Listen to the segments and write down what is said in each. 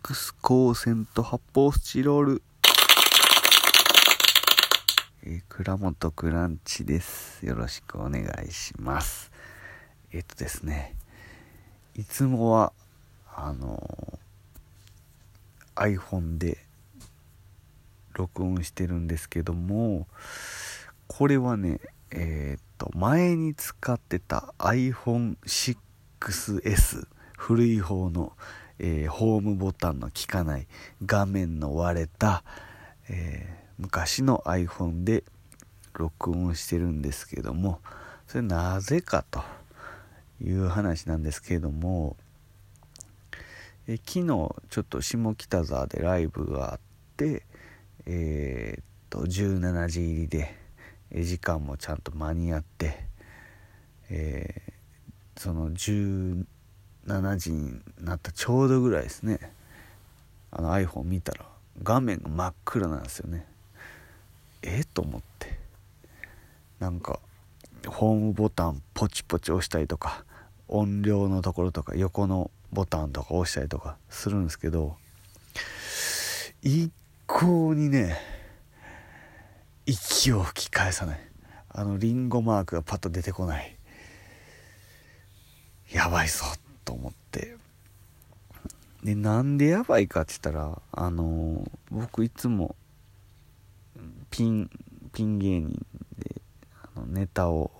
X 光線と発泡スチロール、倉本クランチです。よろしくお願いします。ですね、いつもはiPhone で録音してるんですけども、これはね前に使ってた iPhone6S、 古い方の、ホームボタンの効かない画面の割れた、昔の iPhone で録音してるんですけども、それなぜかという話なんですけれども、昨日ちょっと下北沢でライブがあって、17時入りで時間もちゃんと間に合って、その17時になったちょうどぐらいですね、iPhone 見たら画面が真っ暗なんですよね。と思って、なんかホームボタンポチポチ押したりとか、音量のところとか横のボタンとか押したりとかするんですけど、一向にね息を吹き返さない。リンゴマークがパッと出てこない。やばいぞと思って、でなんでやばいかって言ったら、僕いつもピン芸人でネタを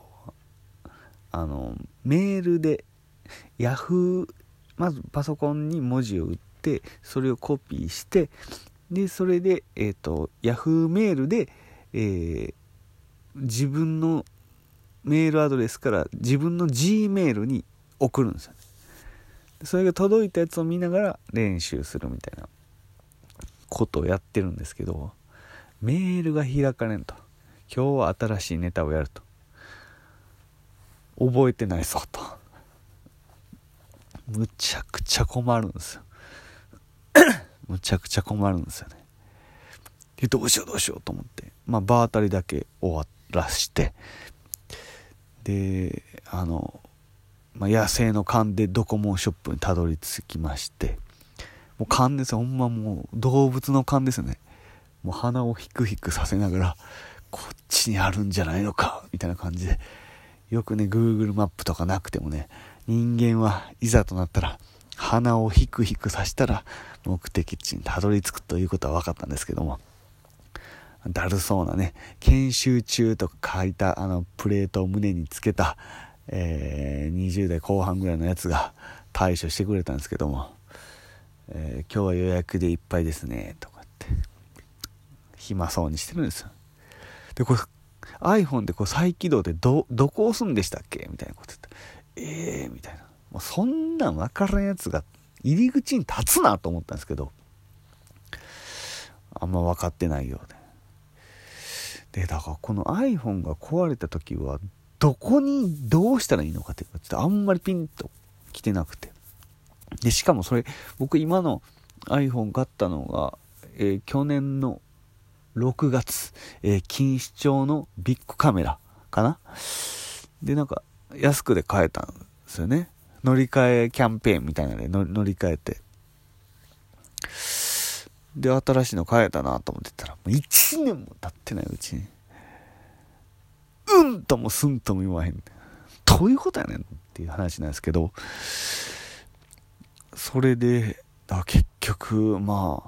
メールでヤフー、まずパソコンに文字を打ってそれをコピーして、でそれでヤフーメールで、自分のメールアドレスから自分の G メールに送るんですよね。それが届いたやつを見ながら練習するみたいなことをやってるんですけど、メールが開かれんと、今日は新しいネタをやると、覚えてないぞと、むちゃくちゃ困るんですよむちゃくちゃ困るんですよね。でどうしようと思って、場当たりだけ終わらして、で野生の勘でドコモショップにたどり着きまして、もう勘ですよ、ほんまもう動物の勘ですよね。もう鼻をヒクヒクさせながら、こっちにあるんじゃないのかみたいな感じで、よくね Google マップとかなくてもね、人間はいざとなったら鼻をヒクヒクさせたら目的地にたどり着くということは分かったんですけども、だるそうなね、研修中とか書いたプレートを胸につけた、20代後半ぐらいのやつが対処してくれたんですけども、今日は予約でいっぱいですねとかって暇そうにしてるんですよ。でこれ iPhone で再起動でどこ押すんでしたっけみたいなこと言って、みたいな、もうそんなん分からんやつが入り口に立つなと思ったんですけど、あんま分かってないようで、だからこの iPhone が壊れた時はどこにどうしたらいいのかってちょっとあんまりピンと来てなくて、でしかもそれ僕今の iPhone 買ったのが、去年の6月、錦糸町のビッグカメラかなで、なんか安くで買えたんですよね。乗り換えキャンペーンみたいなので乗り換えて、で新しいの買えたなと思ってたら、もう1年も経ってないうちにうんともすんとも言わへん、どういうことやねんっていう話なんですけど、それで結局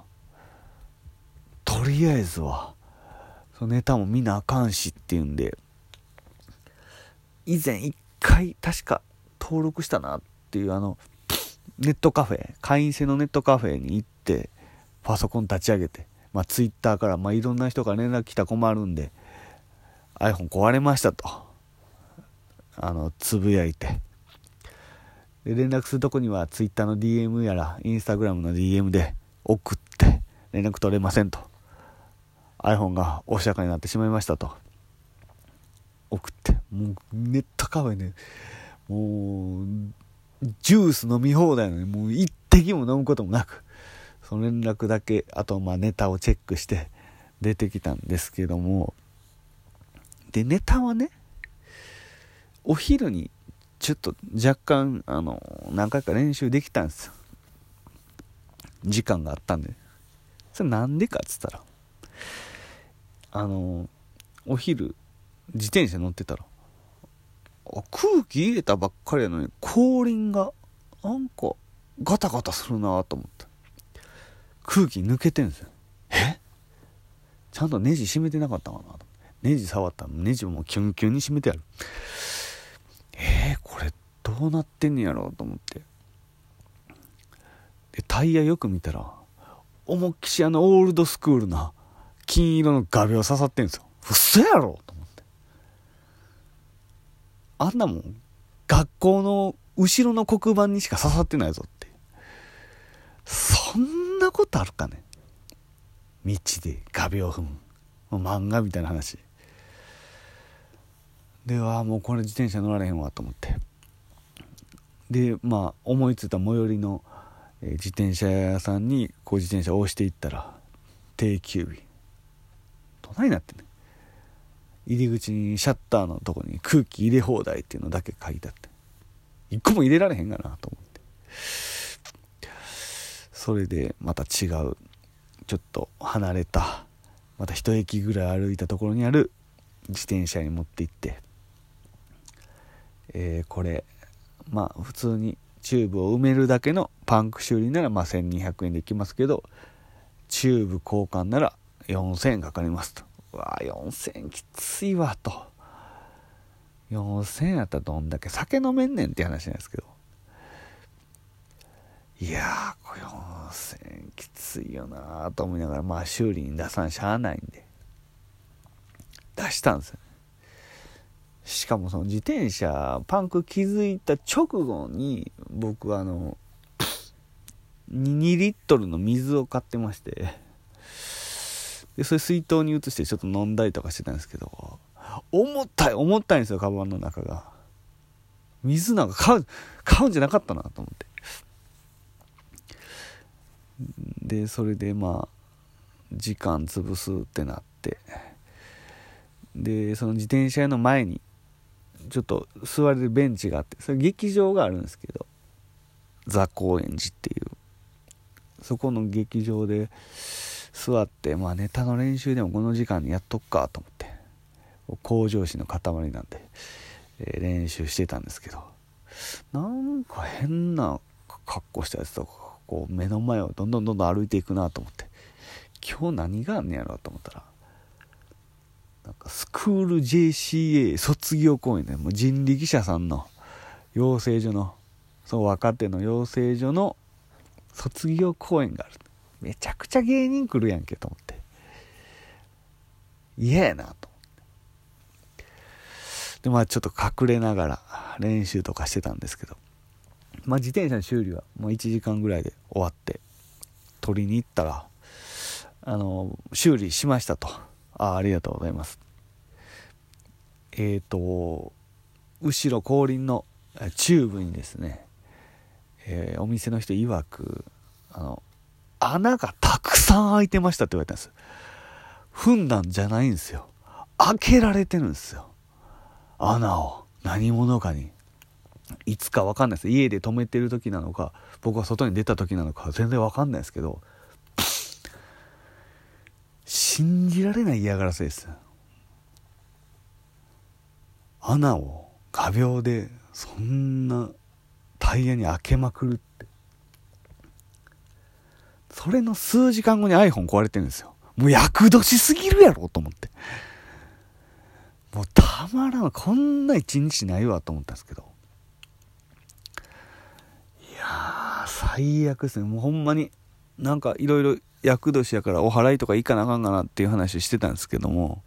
とりあえずはそのネタも見なあかんしっていうんで、以前一回確か登録したなっていうネットカフェ、会員制のネットカフェに行ってパソコン立ち上げて、ツイッターからいろんな人から連絡来たら困るんで iPhone 壊れましたとつぶやいて、で連絡するとこにはツイッターの DM やらインスタグラムの DM で送って連絡取れませんと、 iPhone がお釈迦になってしまいましたと送って、もうネットカフェね、もうジュース飲み放題なのにもう一滴も飲むこともなく、その連絡だけ、あとネタをチェックして出てきたんですけども、でネタはねお昼にちょっと若干何回か練習できたんですよ。 時間があったんで、それなんでかっつったら、お昼自転車乗ってたら、空気入れたばっかりやのに後輪がなんかガタガタするなと思って、空気抜けてんですよ。ちゃんとネジ締めてなかったかなと。ネジ触ったらネジもキュンキュンに締めてある。これどうなってんねやろうと思って、でタイヤよく見たら思いっきしオールドスクールな金色の画鋲刺さってんですよ。嘘やろと思って、あんなもん学校の後ろの黒板にしか刺さってないぞって。そんなことあるかね、道で画鋲踏む。もう漫画みたいな話では、もうこれ自転車乗られへんわと思って、で思いついた最寄りの自転車屋さんにこう自転車を押していったら、定休日どないなってんねん。入り口にシャッターのとこに空気入れ放題っていうのだけ書いてあって、一個も入れられへんがなと思って、それでまた違うちょっと離れたまた一駅ぐらい歩いたところにある自転車に持って行って、これ普通にチューブを埋めるだけのパンク修理なら1200円できますけど、チューブ交換なら4000円かかりますと。4000円きついわと。4000円やったらどんだけ酒飲めんねんって話なんですけど、いやこれ4000円きついよなと思いながら、修理に出さんしゃあないんで出したんですよ。しかもその自転車パンク気づいた直後に僕は2リットルの水を買ってまして、でそれ水筒に移してちょっと飲んだりとかしてたんですけど、重たいんですよ、カバンの中が。水なんか買うんじゃなかったなと思って、でそれで時間潰すってなって、でその自転車屋の前にちょっと座れるベンチがあって、それ劇場があるんですけど、ザ・高円寺っていうそこの劇場で座って、ネタの練習でもこの時間にやっとくかと思って、向上心の塊なんで、練習してたんですけど、なんか変な格好したやつとかこう目の前をどんどん歩いていくなと思って、今日何があんねやろうと思ったら、なんかスクール JCA 卒業公演で、もう人力車さんの養成所の、そう若手の養成所の卒業公演がある。めちゃくちゃ芸人来るやんけと思って、嫌やなと思って、でちょっと隠れながら練習とかしてたんですけど、自転車の修理はもう1時間ぐらいで終わって、取りに行ったら修理しましたと。ありがとうございます。後ろ後輪のチューブにですね、お店の人曰く穴がたくさん開いてましたって言われたんです。踏んだんじゃないんですよ、開けられてるんですよ、穴を。何者かに、いつか分かんないです。家で止めてる時なのか、僕は外に出た時なのか全然分かんないですけど、信じられない嫌がらせです。穴を画鋲でそんなタイヤに開けまくるって。それの数時間後に iPhone 壊れてるんですよ。もう厄年すぎるやろと思って、もうたまらん、こんな一日ないわと思ったんですけど、いやー最悪ですね。もうほんまになんかいろいろ厄年やからお祓いとか行かなあかんかなっていう話してたんですけども、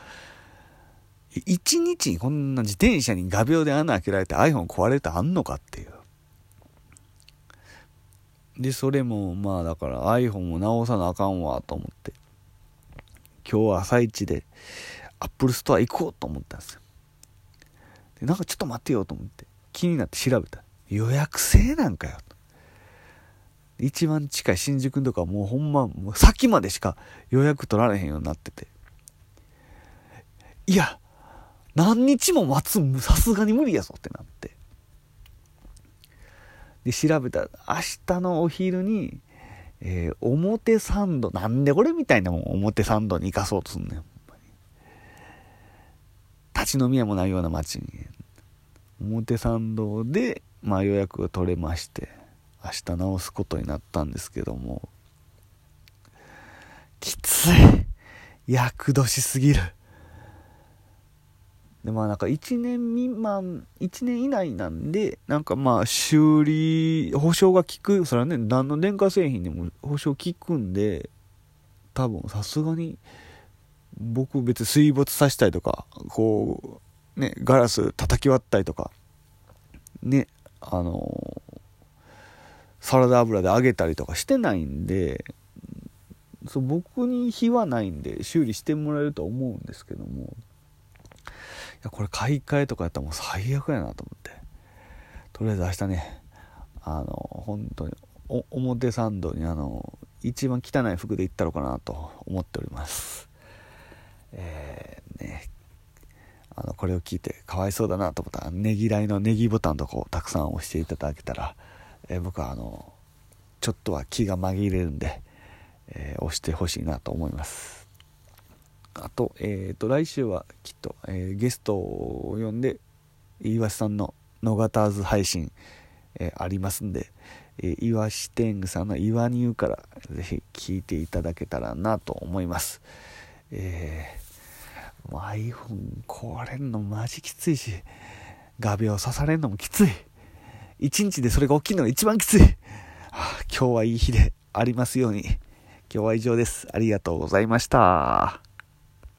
一日にこんな自転車に画鋲で穴開けられて iPhone 壊れてあんのかっていう。でそれもだから iPhone を直さなあかんわと思って、今日は朝一で Apple ストア行こうと思ったんですよ。でなんかちょっと待ってよと思って気になって調べたら、予約制なんかよと。一番近い新宿のとかもうほんまもう先までしか予約取られへんようになってて、いや何日も待つ、さすがに無理やぞってなって、で調べたら明日のお昼に、 表参道、なんで俺みたいなもん表参道に行かそうとすんねん。立ち飲み屋もないような街に表参道で、予約が取れまして、明日直すことになったんですけども、きつい、厄年すぎる。で1年未満、1年以内なんで、修理保証が効く。それはね、何の電化製品でも保証効くんで、多分さすがに僕別に水没させたりとか、ガラス叩き割ったりとかね、サラダ油で揚げたりとかしてないんで、僕に非はないんで修理してもらえると思うんですけども、いやこれ買い替えとかやったらもう最悪やなと思って、とりあえず明日ね、本当に表参道に一番汚い服で行ったのかなと思っております。これを聞いてかわいそうだなと思ったら、ねぎらいのネギボタンとかをたくさん押していただけたら、僕はちょっとは気が紛れるんで、押してほしいなと思います。あと、来週はきっと、ゲストを呼んでいわしさんのノガターズ配信、ありますんで、いわし天狗さんのいわニューからぜひ聞いていただけたらなと思います。iPhone 壊れんのマジきついし、画鋲刺されんのもきつい。一日でそれが起きるのが一番きつい。今日はいい日でありますように。今日は以上です。ありがとうございました。